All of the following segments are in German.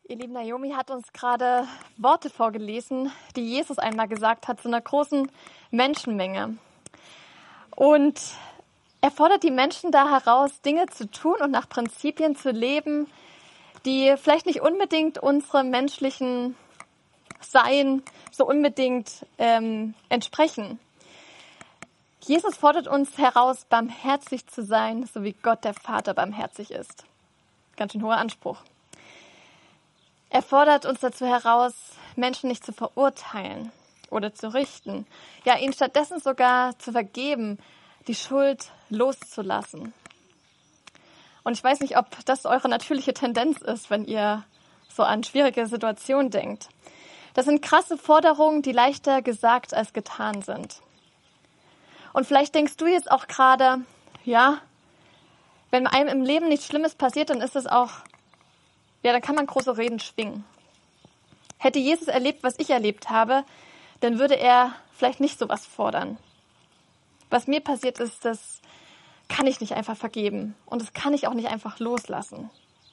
Ihr lieben, Naomi hat uns gerade Worte vorgelesen, die Jesus einmal gesagt hat zu einer großen Menschenmenge. Und er fordert die Menschen da heraus, Dinge zu tun und nach Prinzipien zu leben, die vielleicht nicht unbedingt unserem menschlichen Sein so unbedingt entsprechen. Jesus fordert uns heraus, barmherzig zu sein, so wie Gott der Vater barmherzig ist. Ganz schön hoher Anspruch. Er fordert uns dazu heraus, Menschen nicht zu verurteilen oder zu richten, ja, ihnen stattdessen sogar zu vergeben, die Schuld loszulassen. Und ich weiß nicht, ob das eure natürliche Tendenz ist, wenn ihr so an schwierige Situationen denkt. Das sind krasse Forderungen, die leichter gesagt als getan sind. Und vielleicht denkst du jetzt auch gerade, ja, wenn einem im Leben nichts Schlimmes passiert, dann ist es auch, ja, dann kann man große Reden schwingen. Hätte Jesus erlebt, was ich erlebt habe, dann würde er vielleicht nicht sowas fordern. Was mir passiert ist, das kann ich nicht einfach vergeben. Und das kann ich auch nicht einfach loslassen.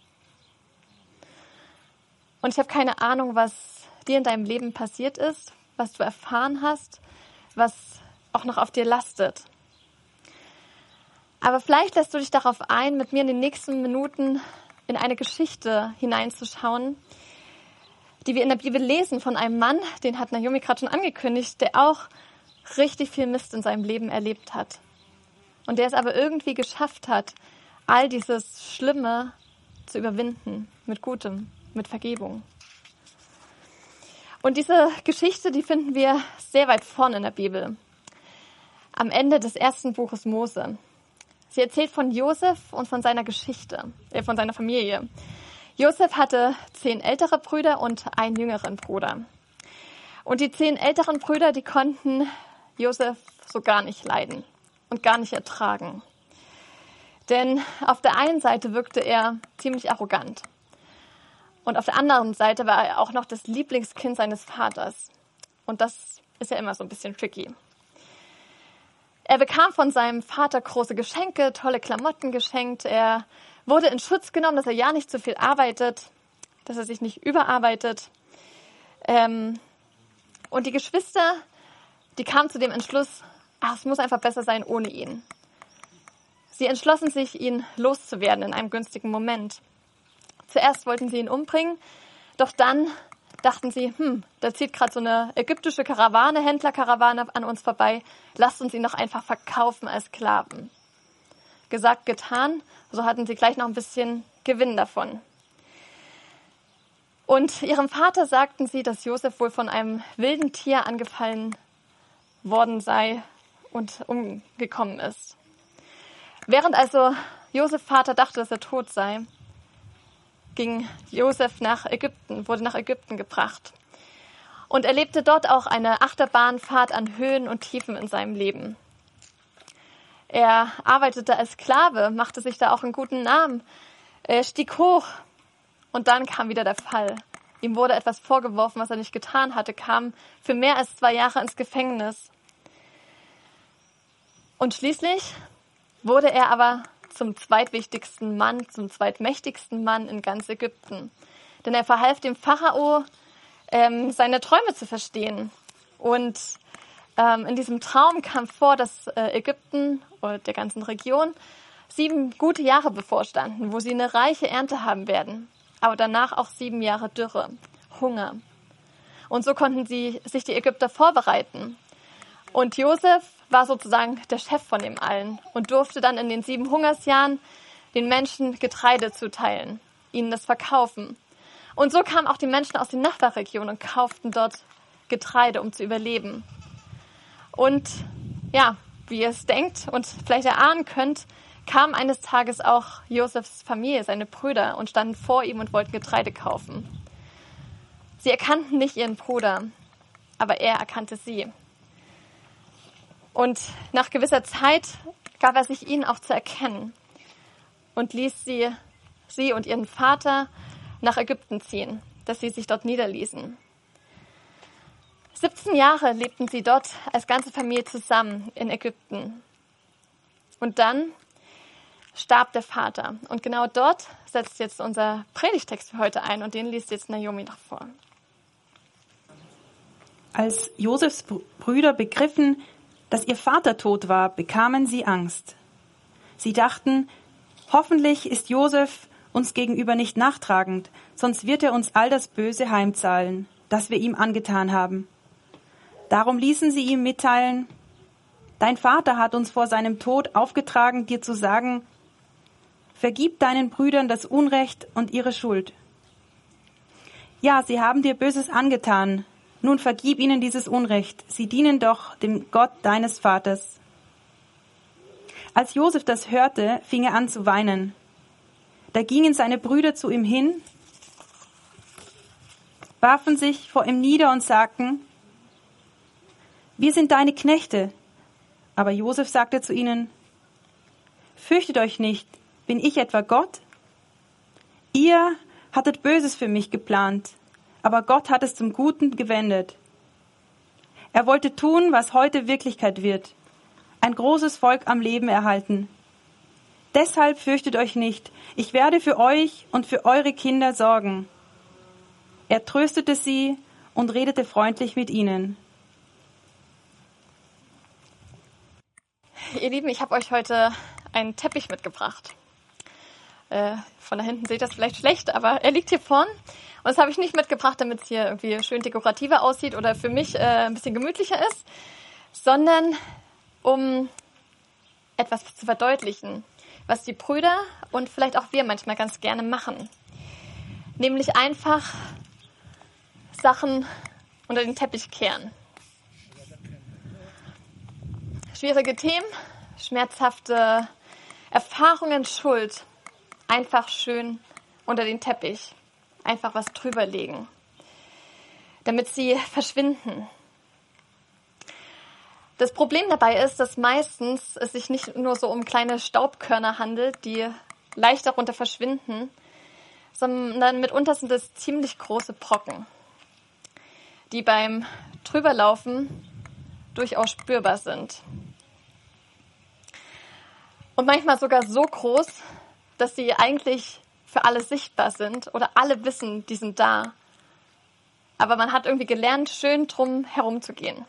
Und ich habe keine Ahnung, was dir in deinem Leben passiert ist, was du erfahren hast, was auch noch auf dir lastet. Aber vielleicht lässt du dich darauf ein, mit mir in den nächsten Minuten in eine Geschichte hineinzuschauen, die wir in der Bibel lesen von einem Mann, den hat Naomi gerade schon angekündigt, der auch richtig viel Mist in seinem Leben erlebt hat. Und der es aber irgendwie geschafft hat, all dieses Schlimme zu überwinden, mit Gutem, mit Vergebung. Und diese Geschichte, die finden wir sehr weit vorne in der Bibel, am Ende des ersten Buches Mose. Sie erzählt von Josef und von seiner Geschichte, von seiner Familie. Josef hatte 10 ältere Brüder und einen jüngeren Bruder. Und die 10 älteren Brüder, die konnten Josef so gar nicht leiden und gar nicht ertragen. Denn auf der einen Seite wirkte er ziemlich arrogant. Und auf der anderen Seite war er auch noch das Lieblingskind seines Vaters. Und das ist ja immer so ein bisschen tricky. Er bekam von seinem Vater große Geschenke, tolle Klamotten geschenkt. Er wurde in Schutz genommen, dass er ja nicht zu viel arbeitet, dass er sich nicht überarbeitet. Und die Geschwister, die kamen zu dem Entschluss, es muss einfach besser sein ohne ihn. Sie entschlossen sich, ihn loszuwerden in einem günstigen Moment. Zuerst wollten sie ihn umbringen, doch dann dachten sie, da zieht gerade so eine ägyptische Karawane, Händlerkarawane an uns vorbei. Lasst uns ihn doch einfach verkaufen als Sklaven. Gesagt, getan. So hatten sie gleich noch ein bisschen Gewinn davon. Und ihrem Vater sagten sie, dass Josef wohl von einem wilden Tier angefallen worden sei und umgekommen ist. Während also Josefs Vater dachte, dass er tot sei, ging Josef wurde nach Ägypten gebracht und erlebte dort auch eine Achterbahnfahrt an Höhen und Tiefen in seinem Leben. Er arbeitete als Sklave, machte sich da auch einen guten Namen, stieg hoch und dann kam wieder der Fall. Ihm wurde etwas vorgeworfen, was er nicht getan hatte, kam für mehr als 2 Jahre ins Gefängnis. Und schließlich wurde er aber zum zweitwichtigsten Mann, zum zweitmächtigsten Mann in ganz Ägypten. Denn er verhalf dem Pharao, seine Träume zu verstehen. Und in diesem Traum kam vor, dass Ägypten oder der ganzen Region 7 gute Jahre bevorstanden, wo sie eine reiche Ernte haben werden. Aber danach auch 7 Jahre Dürre, Hunger. Und so konnten sich die Ägypter vorbereiten. Und Josef war sozusagen der Chef von dem allen und durfte dann in den 7 Hungersjahren den Menschen Getreide zuteilen, ihnen das verkaufen. Und so kamen auch die Menschen aus den Nachbarregionen und kauften dort Getreide, um zu überleben. Und ja, wie ihr es denkt und vielleicht erahnen könnt, kam eines Tages auch Josefs Familie, seine Brüder, und standen vor ihm und wollten Getreide kaufen. Sie erkannten nicht ihren Bruder, aber er erkannte sie. Und nach gewisser Zeit gab er sich ihnen auch zu erkennen und ließ sie und ihren Vater nach Ägypten ziehen, dass sie sich dort niederließen. 17 Jahre lebten sie dort als ganze Familie zusammen in Ägypten. Und dann starb der Vater. Und genau dort setzt jetzt unser Predigtext für heute ein und den liest jetzt Naomi noch vor. Als Josefs Brüder begriffen, dass ihr Vater tot war, bekamen sie Angst. Sie dachten, hoffentlich ist Josef uns gegenüber nicht nachtragend, sonst wird er uns all das Böse heimzahlen, das wir ihm angetan haben. Darum ließen sie ihm mitteilen, dein Vater hat uns vor seinem Tod aufgetragen, dir zu sagen, vergib deinen Brüdern das Unrecht und ihre Schuld. Ja, sie haben dir Böses angetan, nun vergib ihnen dieses Unrecht, sie dienen doch dem Gott deines Vaters. Als Josef das hörte, fing er an zu weinen. Da gingen seine Brüder zu ihm hin, warfen sich vor ihm nieder und sagten, wir sind deine Knechte. Aber Josef sagte zu ihnen, fürchtet euch nicht, bin ich etwa Gott? Ihr hattet Böses für mich geplant, aber Gott hat es zum Guten gewendet. Er wollte tun, was heute Wirklichkeit wird, ein großes Volk am Leben erhalten. Deshalb fürchtet euch nicht, ich werde für euch und für eure Kinder sorgen. Er tröstete sie und redete freundlich mit ihnen. Ihr Lieben, ich habe euch heute einen Teppich mitgebracht. Von da hinten seht ihr das vielleicht schlecht, aber er liegt hier vorn. Und das habe ich nicht mitgebracht, damit es hier irgendwie schön dekorativer aussieht oder für mich ein bisschen gemütlicher ist, sondern um etwas zu verdeutlichen, was die Brüder und vielleicht auch wir manchmal ganz gerne machen. Nämlich einfach Sachen unter den Teppich kehren. Schwierige Themen, schmerzhafte Erfahrungen, Schuld, einfach schön unter den Teppich, einfach was drüber legen, damit sie verschwinden. Das Problem dabei ist, dass meistens es sich nicht nur so um kleine Staubkörner handelt, die leicht darunter verschwinden, sondern mitunter sind es ziemlich große Brocken, die beim Drüberlaufen durchaus spürbar sind. Und manchmal sogar so groß, dass sie eigentlich für alle sichtbar sind oder alle wissen, die sind da. Aber man hat irgendwie gelernt, schön drum herumzugehen.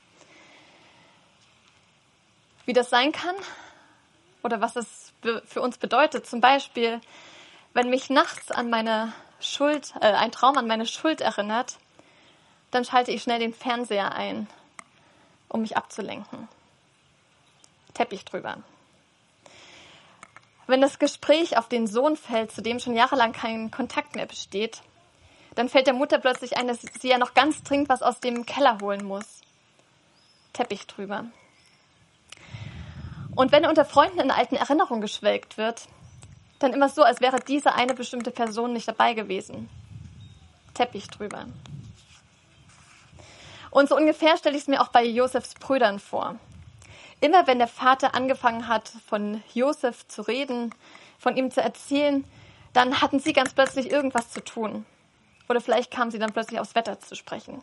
Wie das sein kann oder was es für uns bedeutet. Zum Beispiel, wenn mich nachts an meine Schuld, ein Traum an meine Schuld erinnert, dann schalte ich schnell den Fernseher ein, um mich abzulenken. Teppich drüber. Wenn das Gespräch auf den Sohn fällt, zu dem schon jahrelang kein Kontakt mehr besteht, dann fällt der Mutter plötzlich ein, dass sie ja noch ganz dringend was aus dem Keller holen muss. Teppich drüber. Und wenn unter Freunden in alten Erinnerungen geschwelgt wird, dann immer so, als wäre diese eine bestimmte Person nicht dabei gewesen. Teppich drüber. Und so ungefähr stelle ich es mir auch bei Josefs Brüdern vor. Immer wenn der Vater angefangen hat, von Josef zu reden, von ihm zu erzählen, dann hatten sie ganz plötzlich irgendwas zu tun. Oder vielleicht kamen sie dann plötzlich aufs Wetter zu sprechen.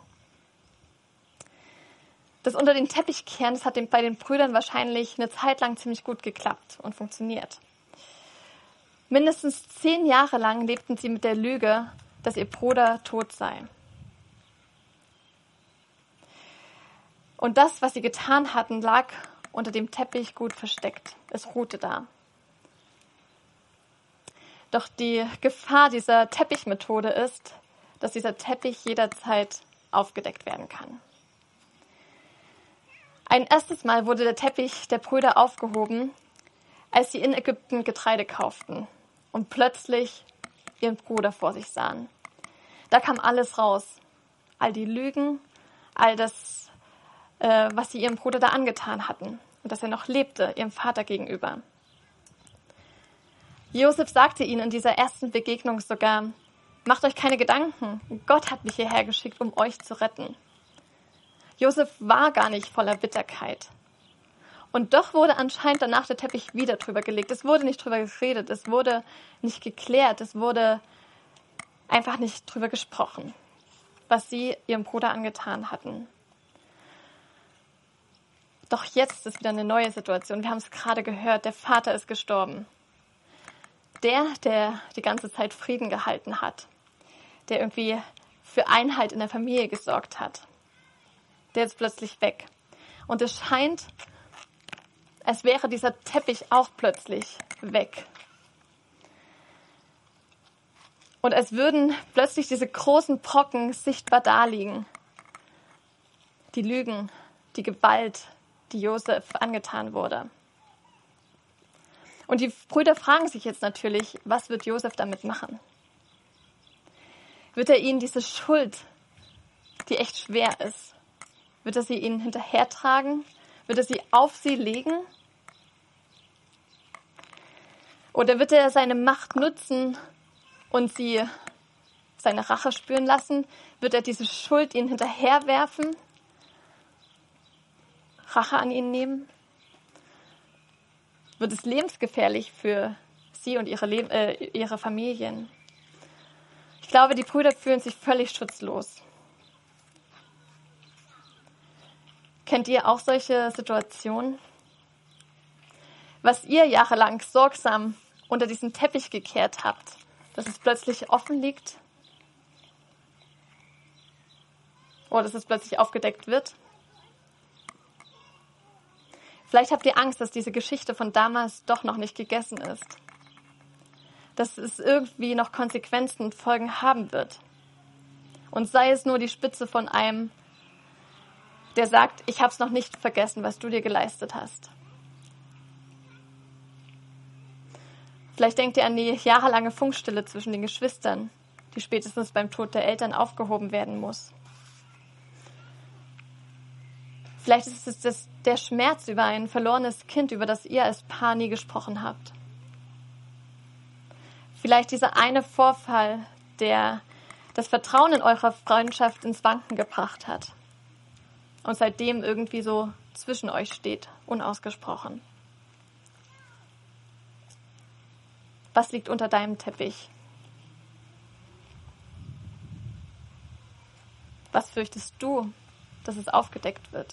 Das unter den Teppich kehren, das hat bei den Brüdern wahrscheinlich eine Zeit lang ziemlich gut geklappt und funktioniert. Mindestens 10 Jahre lang lebten sie mit der Lüge, dass ihr Bruder tot sei. Und das, was sie getan hatten, lag unter dem Teppich gut versteckt. Es ruhte da. Doch die Gefahr dieser Teppichmethode ist, dass dieser Teppich jederzeit aufgedeckt werden kann. Ein erstes Mal wurde der Teppich der Brüder aufgehoben, als sie in Ägypten Getreide kauften und plötzlich ihren Bruder vor sich sahen. Da kam alles raus. All die Lügen, all das, was sie ihrem Bruder da angetan hatten und dass er noch lebte, ihrem Vater gegenüber. Josef sagte ihnen in dieser ersten Begegnung sogar, macht euch keine Gedanken, Gott hat mich hierher geschickt, um euch zu retten. Josef war gar nicht voller Bitterkeit. Und doch wurde anscheinend danach der Teppich wieder drüber gelegt. Es wurde nicht drüber geredet, es wurde nicht geklärt, es wurde einfach nicht drüber gesprochen, was sie ihrem Bruder angetan hatten. Doch jetzt ist wieder eine neue Situation. Wir haben es gerade gehört, der Vater ist gestorben. der die ganze Zeit Frieden gehalten hat, der irgendwie für Einheit in der Familie gesorgt hat, der ist plötzlich weg. Und es scheint, als wäre dieser Teppich auch plötzlich weg. Und als würden plötzlich diese großen Brocken sichtbar daliegen. Die Lügen, die Gewalt, die Josef angetan wurde. Und die Brüder fragen sich jetzt natürlich, was wird Josef damit machen? Wird er ihnen diese Schuld, die echt schwer ist, wird er sie ihnen hinterhertragen? Wird er sie auf sie legen? Oder wird er seine Macht nutzen und sie seine Rache spüren lassen? Wird er diese Schuld ihnen hinterherwerfen? Rache an ihnen nehmen? Wird es lebensgefährlich für sie und ihre Familien? Ich glaube, die Brüder fühlen sich völlig schutzlos. Kennt ihr auch solche Situationen? Was ihr jahrelang sorgsam unter diesen Teppich gekehrt habt, dass es plötzlich offen liegt? Oder dass es plötzlich aufgedeckt wird? Vielleicht habt ihr Angst, dass diese Geschichte von damals doch noch nicht gegessen ist. Dass es irgendwie noch Konsequenzen und Folgen haben wird. Und sei es nur die Spitze von einem, der sagt, ich habe es noch nicht vergessen, was du dir geleistet hast. Vielleicht denkt ihr an die jahrelange Funkstille zwischen den Geschwistern, die spätestens beim Tod der Eltern aufgehoben werden muss. Vielleicht ist es der Schmerz über ein verlorenes Kind, über das ihr als Paar nie gesprochen habt. Vielleicht dieser eine Vorfall, der das Vertrauen in eurer Freundschaft ins Wanken gebracht hat und seitdem irgendwie so zwischen euch steht, unausgesprochen. Was liegt unter deinem Teppich? Was fürchtest du, dass es aufgedeckt wird?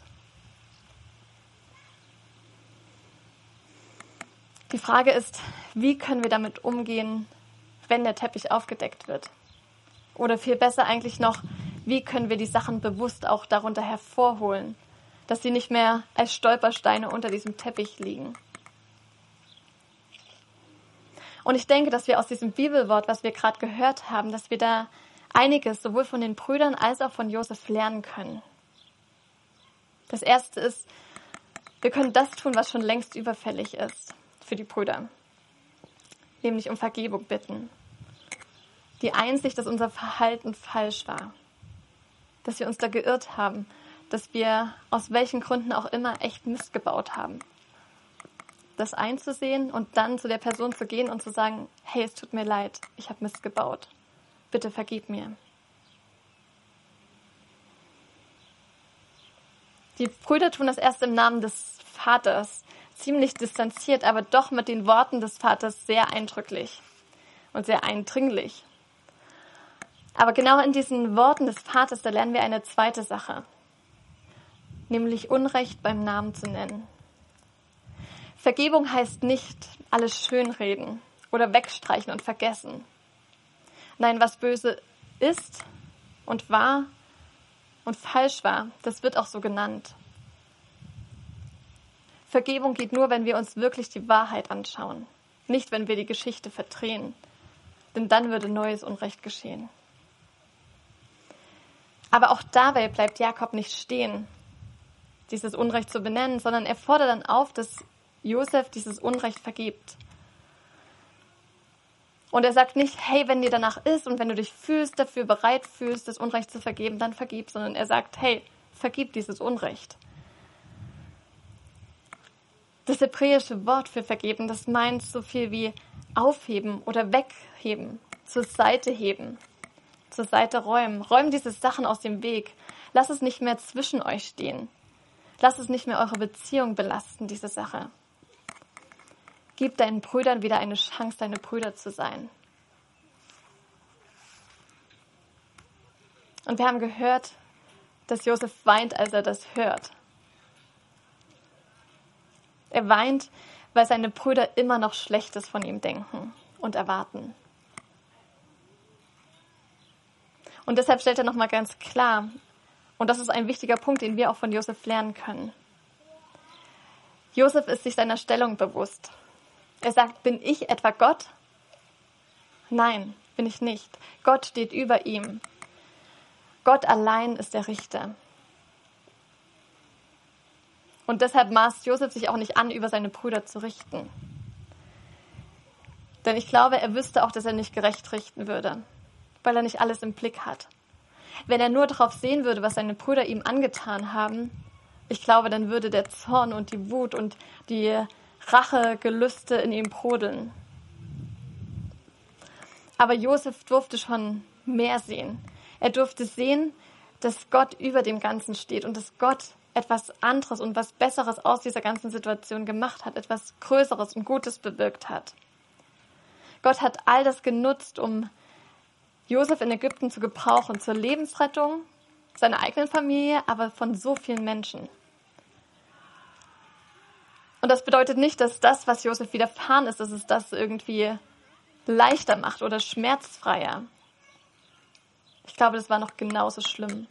Die Frage ist, wie können wir damit umgehen, wenn der Teppich aufgedeckt wird? Oder viel besser eigentlich noch, wie können wir die Sachen bewusst auch darunter hervorholen, dass sie nicht mehr als Stolpersteine unter diesem Teppich liegen? Und ich denke, dass wir aus diesem Bibelwort, was wir gerade gehört haben, dass wir da einiges sowohl von den Brüdern als auch von Josef lernen können. Das Erste ist, wir können das tun, was schon längst überfällig ist für die Brüder, nämlich um Vergebung bitten. Die Einsicht, dass unser Verhalten falsch war, dass wir uns da geirrt haben, dass wir aus welchen Gründen auch immer echt Mist gebaut haben. Das einzusehen und dann zu der Person zu gehen und zu sagen, hey, es tut mir leid, ich habe Mist gebaut. Bitte vergib mir. Die Brüder tun das erst im Namen des Vaters, ziemlich distanziert, aber doch mit den Worten des Vaters sehr eindrücklich und sehr eindringlich. Aber genau in diesen Worten des Vaters, da lernen wir eine zweite Sache, nämlich Unrecht beim Namen zu nennen. Vergebung heißt nicht alles schönreden oder wegstreichen und vergessen. Nein, was böse ist und war und falsch war, das wird auch so genannt. Vergebung geht nur, wenn wir uns wirklich die Wahrheit anschauen, nicht wenn wir die Geschichte verdrehen, denn dann würde neues Unrecht geschehen. Aber auch dabei bleibt Jakob nicht stehen, dieses Unrecht zu benennen, sondern er fordert dann auf, dass Josef dieses Unrecht vergibt. Und er sagt nicht, hey, wenn dir danach ist und wenn du dich fühlst, dafür bereit fühlst, das Unrecht zu vergeben, dann vergib, sondern er sagt, hey, vergib dieses Unrecht. Das hebräische Wort für vergeben, das meint so viel wie aufheben oder wegheben, zur Seite heben, zur Seite räumen. Räum diese Sachen aus dem Weg. Lass es nicht mehr zwischen euch stehen. Lass es nicht mehr eure Beziehung belasten, diese Sache. Gib deinen Brüdern wieder eine Chance, deine Brüder zu sein. Und wir haben gehört, dass Josef weint, als er das hört. Er weint, weil seine Brüder immer noch Schlechtes von ihm denken und erwarten. Und deshalb stellt er nochmal ganz klar, und das ist ein wichtiger Punkt, den wir auch von Josef lernen können. Josef ist sich seiner Stellung bewusst. Er sagt, bin ich etwa Gott? Nein, bin ich nicht. Gott steht über ihm. Gott allein ist der Richter. Und deshalb maßt Josef sich auch nicht an, über seine Brüder zu richten. Denn ich glaube, er wüsste auch, dass er nicht gerecht richten würde, weil er nicht alles im Blick hat. Wenn er nur darauf sehen würde, was seine Brüder ihm angetan haben, ich glaube, dann würde der Zorn und die Wut und die Rachegelüste in ihm brodeln. Aber Josef durfte schon mehr sehen. Er durfte sehen, dass Gott über dem Ganzen steht und dass Gott etwas anderes und was Besseres aus dieser ganzen Situation gemacht hat, etwas Größeres und Gutes bewirkt hat. Gott hat all das genutzt, um Josef in Ägypten zu gebrauchen, zur Lebensrettung seiner eigenen Familie, aber von so vielen Menschen. Und das bedeutet nicht, dass das, was Josef widerfahren ist, dass es das irgendwie leichter macht oder schmerzfreier. Ich glaube, das war noch genauso schlimm.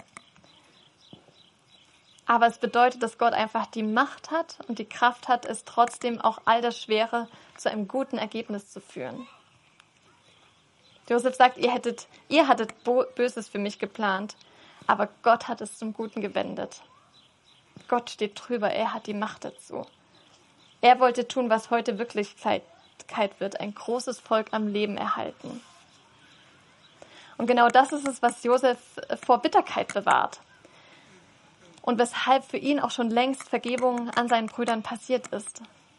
Aber es bedeutet, dass Gott einfach die Macht hat und die Kraft hat, es trotzdem auch all das Schwere zu einem guten Ergebnis zu führen. Josef sagt, ihr hattet Böses für mich geplant, aber Gott hat es zum Guten gewendet. Gott steht drüber, er hat die Macht dazu. Er wollte tun, was heute Wirklichkeit wird, ein großes Volk am Leben erhalten. Und genau das ist es, was Josef vor Bitterkeit bewahrt. Und weshalb für ihn auch schon längst Vergebung an seinen Brüdern passiert ist.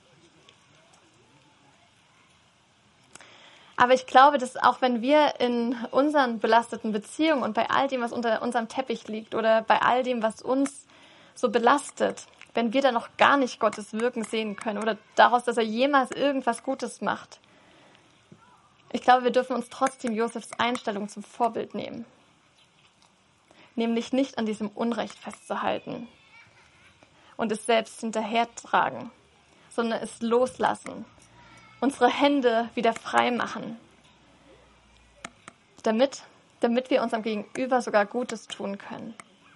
Aber ich glaube, dass auch wenn wir in unseren belasteten Beziehungen und bei all dem, was unter unserem Teppich liegt oder bei all dem, was uns so belastet, wenn wir da noch gar nicht Gottes Wirken sehen können oder daraus, dass er jemals irgendwas Gutes macht, ich glaube, wir dürfen uns trotzdem Josefs Einstellung zum Vorbild nehmen. Nämlich nicht an diesem Unrecht festzuhalten und es selbst hinterhertragen, sondern es loslassen, unsere Hände wieder frei machen, damit wir unserem Gegenüber sogar Gutes tun können.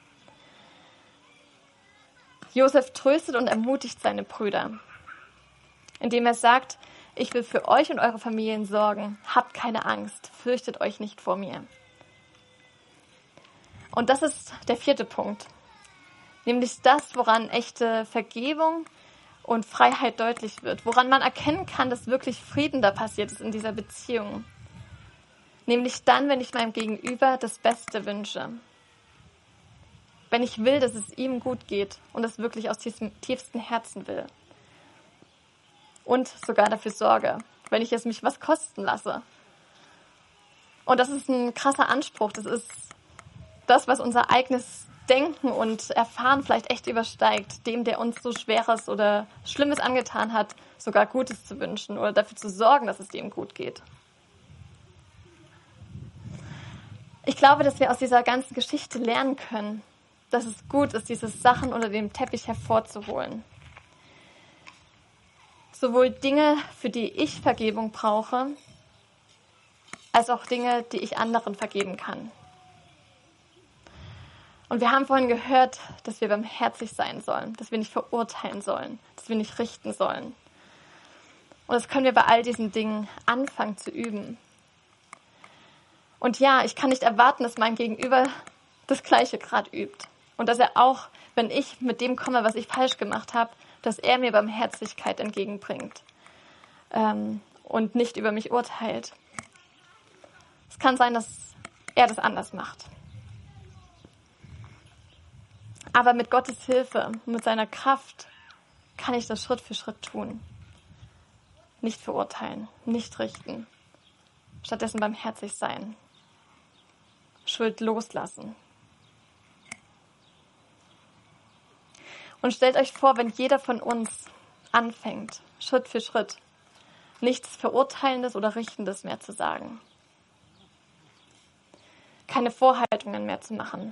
Josef tröstet und ermutigt seine Brüder, indem er sagt, ich will für euch und eure Familien sorgen, habt keine Angst, fürchtet euch nicht vor mir. Und das ist der 4. Punkt, nämlich das, woran echte Vergebung und Freiheit deutlich wird, woran man erkennen kann, dass wirklich Frieden da passiert ist in dieser Beziehung. Nämlich dann, wenn ich meinem Gegenüber das Beste wünsche. Wenn ich will, dass es ihm gut geht und es wirklich aus diesem tiefsten Herzen will. Und sogar dafür sorge, wenn ich es mich was kosten lasse. Und das ist ein krasser Anspruch. Das ist das, was unser eigenes Denken und Erfahren vielleicht echt übersteigt, dem, der uns so Schweres oder Schlimmes angetan hat, sogar Gutes zu wünschen oder dafür zu sorgen, dass es dem gut geht. Ich glaube, dass wir aus dieser ganzen Geschichte lernen können, dass es gut ist, diese Sachen unter dem Teppich hervorzuholen. Sowohl Dinge, für die ich Vergebung brauche, als auch Dinge, die ich anderen vergeben kann. Und wir haben vorhin gehört, dass wir barmherzig sein sollen, dass wir nicht verurteilen sollen, dass wir nicht richten sollen. Und das können wir bei all diesen Dingen anfangen zu üben. Und ja, ich kann nicht erwarten, dass mein Gegenüber das Gleiche gerade übt. Und dass er auch, wenn ich mit dem komme, was ich falsch gemacht habe, dass er mir Barmherzigkeit entgegenbringt und nicht über mich urteilt. Es kann sein, dass er das anders macht. Aber mit Gottes Hilfe, mit seiner Kraft, kann ich das Schritt für Schritt tun. Nicht verurteilen, nicht richten. Stattdessen barmherzig sein. Schuld loslassen. Und stellt euch vor, wenn jeder von uns anfängt, Schritt für Schritt, nichts Verurteilendes oder Richtendes mehr zu sagen. Keine Vorhaltungen mehr zu machen.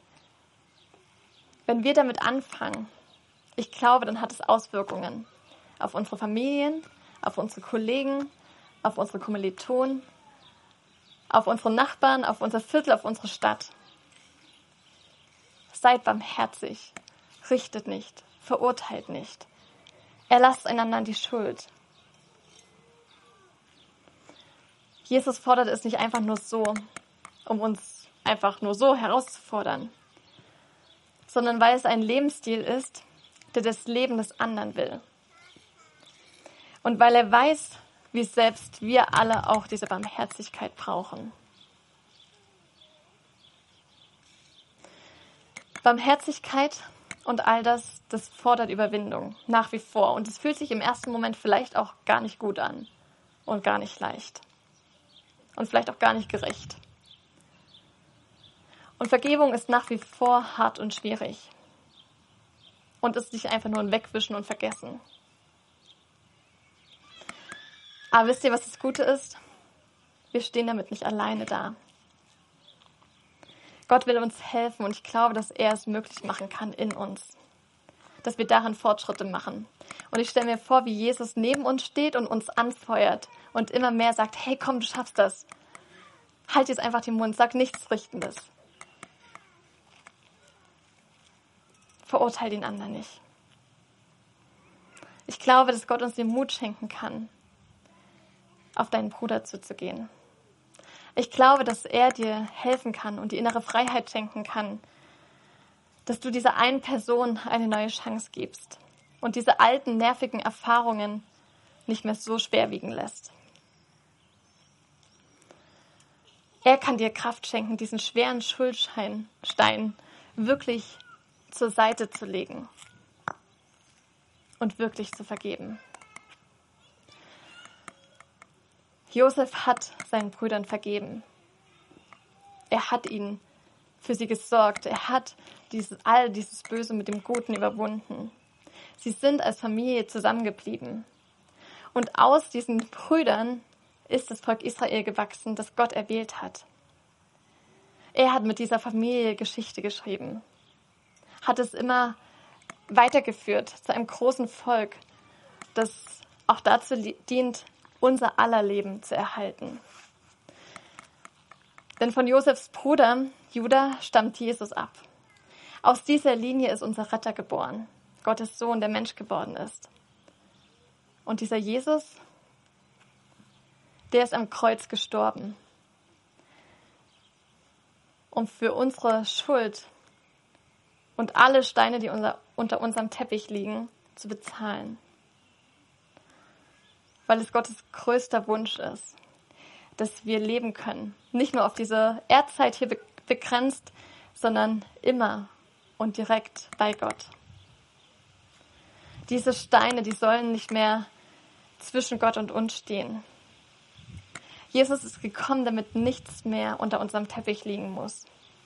Wenn wir damit anfangen, ich glaube, dann hat es Auswirkungen auf unsere Familien, auf unsere Kollegen, auf unsere Kommilitonen, auf unsere Nachbarn, auf unser Viertel, auf unsere Stadt. Seid barmherzig, richtet nicht, verurteilt nicht. Erlasst einander die Schuld. Jesus fordert es nicht einfach nur so, um uns einfach nur so herauszufordern, sondern weil es ein Lebensstil ist, der das Leben des anderen will. Und weil er weiß, wie selbst wir alle auch diese Barmherzigkeit brauchen. Barmherzigkeit und all das fordert Überwindung, nach wie vor. Und es fühlt sich im ersten Moment vielleicht auch gar nicht gut an und gar nicht leicht. Und vielleicht auch gar nicht gerecht. Und Vergebung ist nach wie vor hart und schwierig. Und ist nicht einfach nur ein Wegwischen und Vergessen. Aber wisst ihr, was das Gute ist? Wir stehen damit nicht alleine da. Gott will uns helfen und ich glaube, dass er es möglich machen kann in uns. Dass wir darin Fortschritte machen. Und ich stelle mir vor, wie Jesus neben uns steht und uns anfeuert und immer mehr sagt, hey komm, du schaffst das. Halt jetzt einfach den Mund, sag nichts Richtendes. Verurteil den anderen nicht. Ich glaube, dass Gott uns den Mut schenken kann, auf deinen Bruder zuzugehen. Ich glaube, dass er dir helfen kann und die innere Freiheit schenken kann, dass du dieser einen Person eine neue Chance gibst und diese alten, nervigen Erfahrungen nicht mehr so schwer wiegen lässt. Er kann dir Kraft schenken, diesen schweren Schuldstein wirklich zur Seite zu legen und wirklich zu vergeben. Josef hat seinen Brüdern vergeben. Er hat ihnen für sie gesorgt. Er hat all dieses Böse mit dem Guten überwunden. Sie sind als Familie zusammengeblieben. Und aus diesen Brüdern ist das Volk Israel gewachsen, das Gott erwählt hat. Er hat mit dieser Familie Geschichte geschrieben, hat es immer weitergeführt zu einem großen Volk, das auch dazu dient, unser aller Leben zu erhalten. Denn von Josefs Bruder Juda stammt Jesus ab. Aus dieser Linie ist unser Retter geboren, Gottes Sohn, der Mensch geworden ist. Und dieser Jesus, der ist am Kreuz gestorben, um für unsere Schuld und alle Steine, die unter unserem Teppich liegen, zu bezahlen. Weil es Gottes größter Wunsch ist, dass wir leben können. Nicht nur auf diese Erdzeit hier begrenzt, sondern immer und direkt bei Gott. Diese Steine, die sollen nicht mehr zwischen Gott und uns stehen. Jesus ist gekommen, damit nichts mehr unter unserem Teppich liegen muss.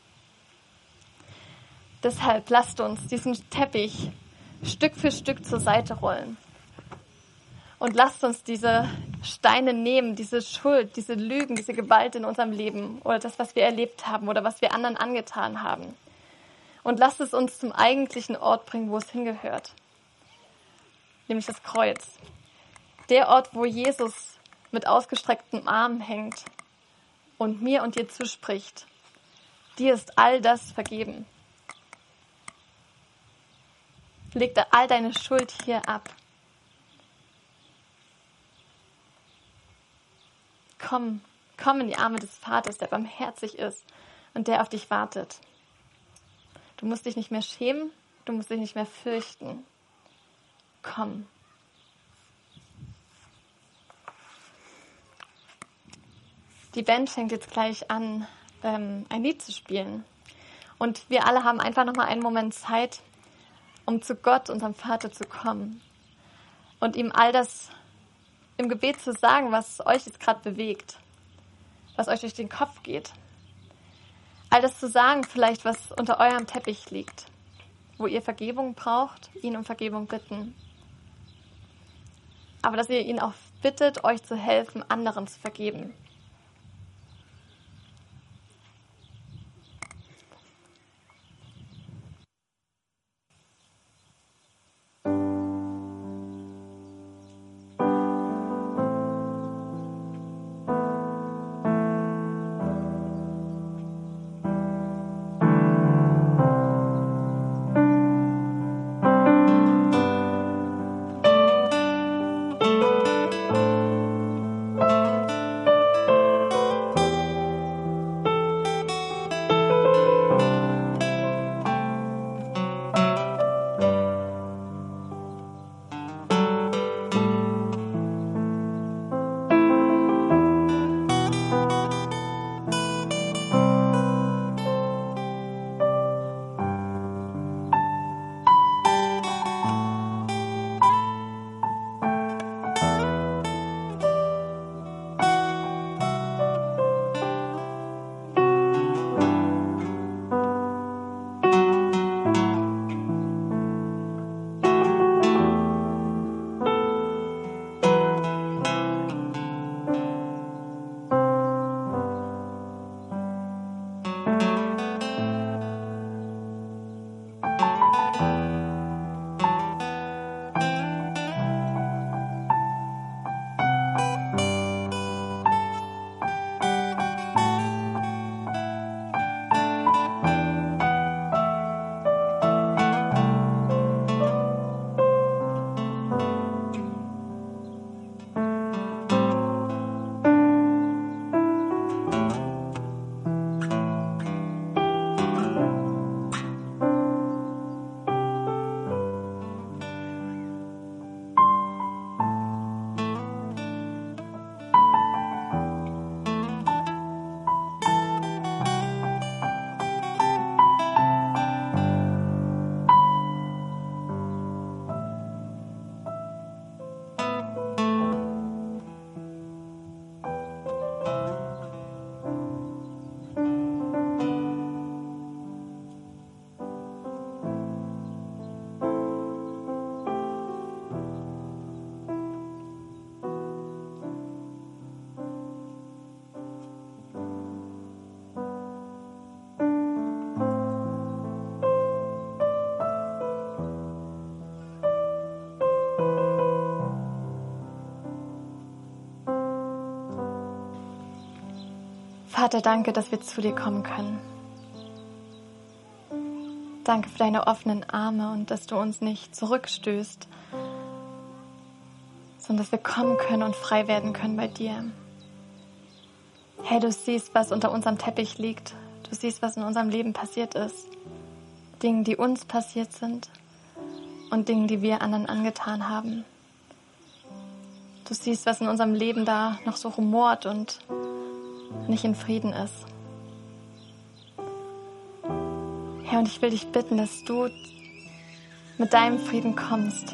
Deshalb lasst uns diesen Teppich Stück für Stück zur Seite rollen. Und lasst uns diese Steine nehmen, diese Schuld, diese Lügen, diese Gewalt in unserem Leben oder das, was wir erlebt haben oder was wir anderen angetan haben. Und lasst es uns zum eigentlichen Ort bringen, wo es hingehört. Nämlich das Kreuz. Der Ort, wo Jesus mit ausgestreckten Armen hängt und mir und dir zuspricht. Dir ist all das vergeben. Leg da all deine Schuld hier ab. Komm in die Arme des Vaters, der barmherzig ist und der auf dich wartet. Du musst dich nicht mehr schämen, du musst dich nicht mehr fürchten. Komm. Die Band fängt jetzt gleich an, ein Lied zu spielen. Und wir alle haben einfach nochmal einen Moment Zeit, um zu Gott, unserem Vater, zu kommen. Und ihm all das im Gebet zu sagen, was euch jetzt gerade bewegt, was euch durch den Kopf geht. All das zu sagen, vielleicht was unter eurem Teppich liegt, wo ihr Vergebung braucht, ihn um Vergebung bitten. Aber dass ihr ihn auch bittet, euch zu helfen, anderen zu vergeben. Vater, danke, dass wir zu dir kommen können. Danke für deine offenen Arme und dass du uns nicht zurückstößt, sondern dass wir kommen können und frei werden können bei dir. Herr, du siehst, was unter unserem Teppich liegt. Du siehst, was in unserem Leben passiert ist. Dinge, die uns passiert sind und Dinge, die wir anderen angetan haben. Du siehst, was in unserem Leben da noch so rumort und nicht in Frieden ist. Herr, und ich will dich bitten, dass du mit deinem Frieden kommst.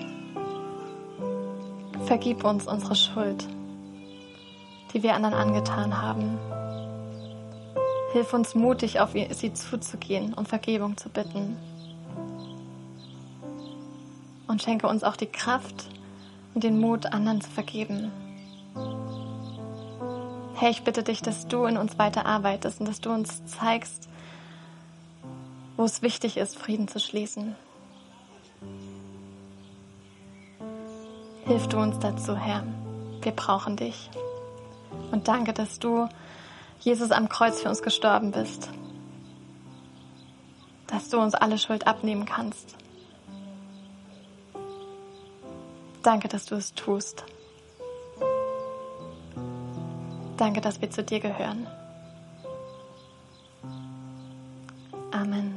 Vergib uns unsere Schuld, die wir anderen angetan haben. Hilf uns mutig, auf sie zuzugehen und Vergebung zu bitten. Und schenke uns auch die Kraft und den Mut, anderen zu vergeben. Herr, ich bitte dich, dass du in uns weiter arbeitest und dass du uns zeigst, wo es wichtig ist, Frieden zu schließen. Hilf du uns dazu, Herr. Wir brauchen dich. Und danke, dass du, Jesus, am Kreuz für uns gestorben bist. Dass du uns alle Schuld abnehmen kannst. Danke, dass du es tust. Danke, dass wir zu dir gehören. Amen.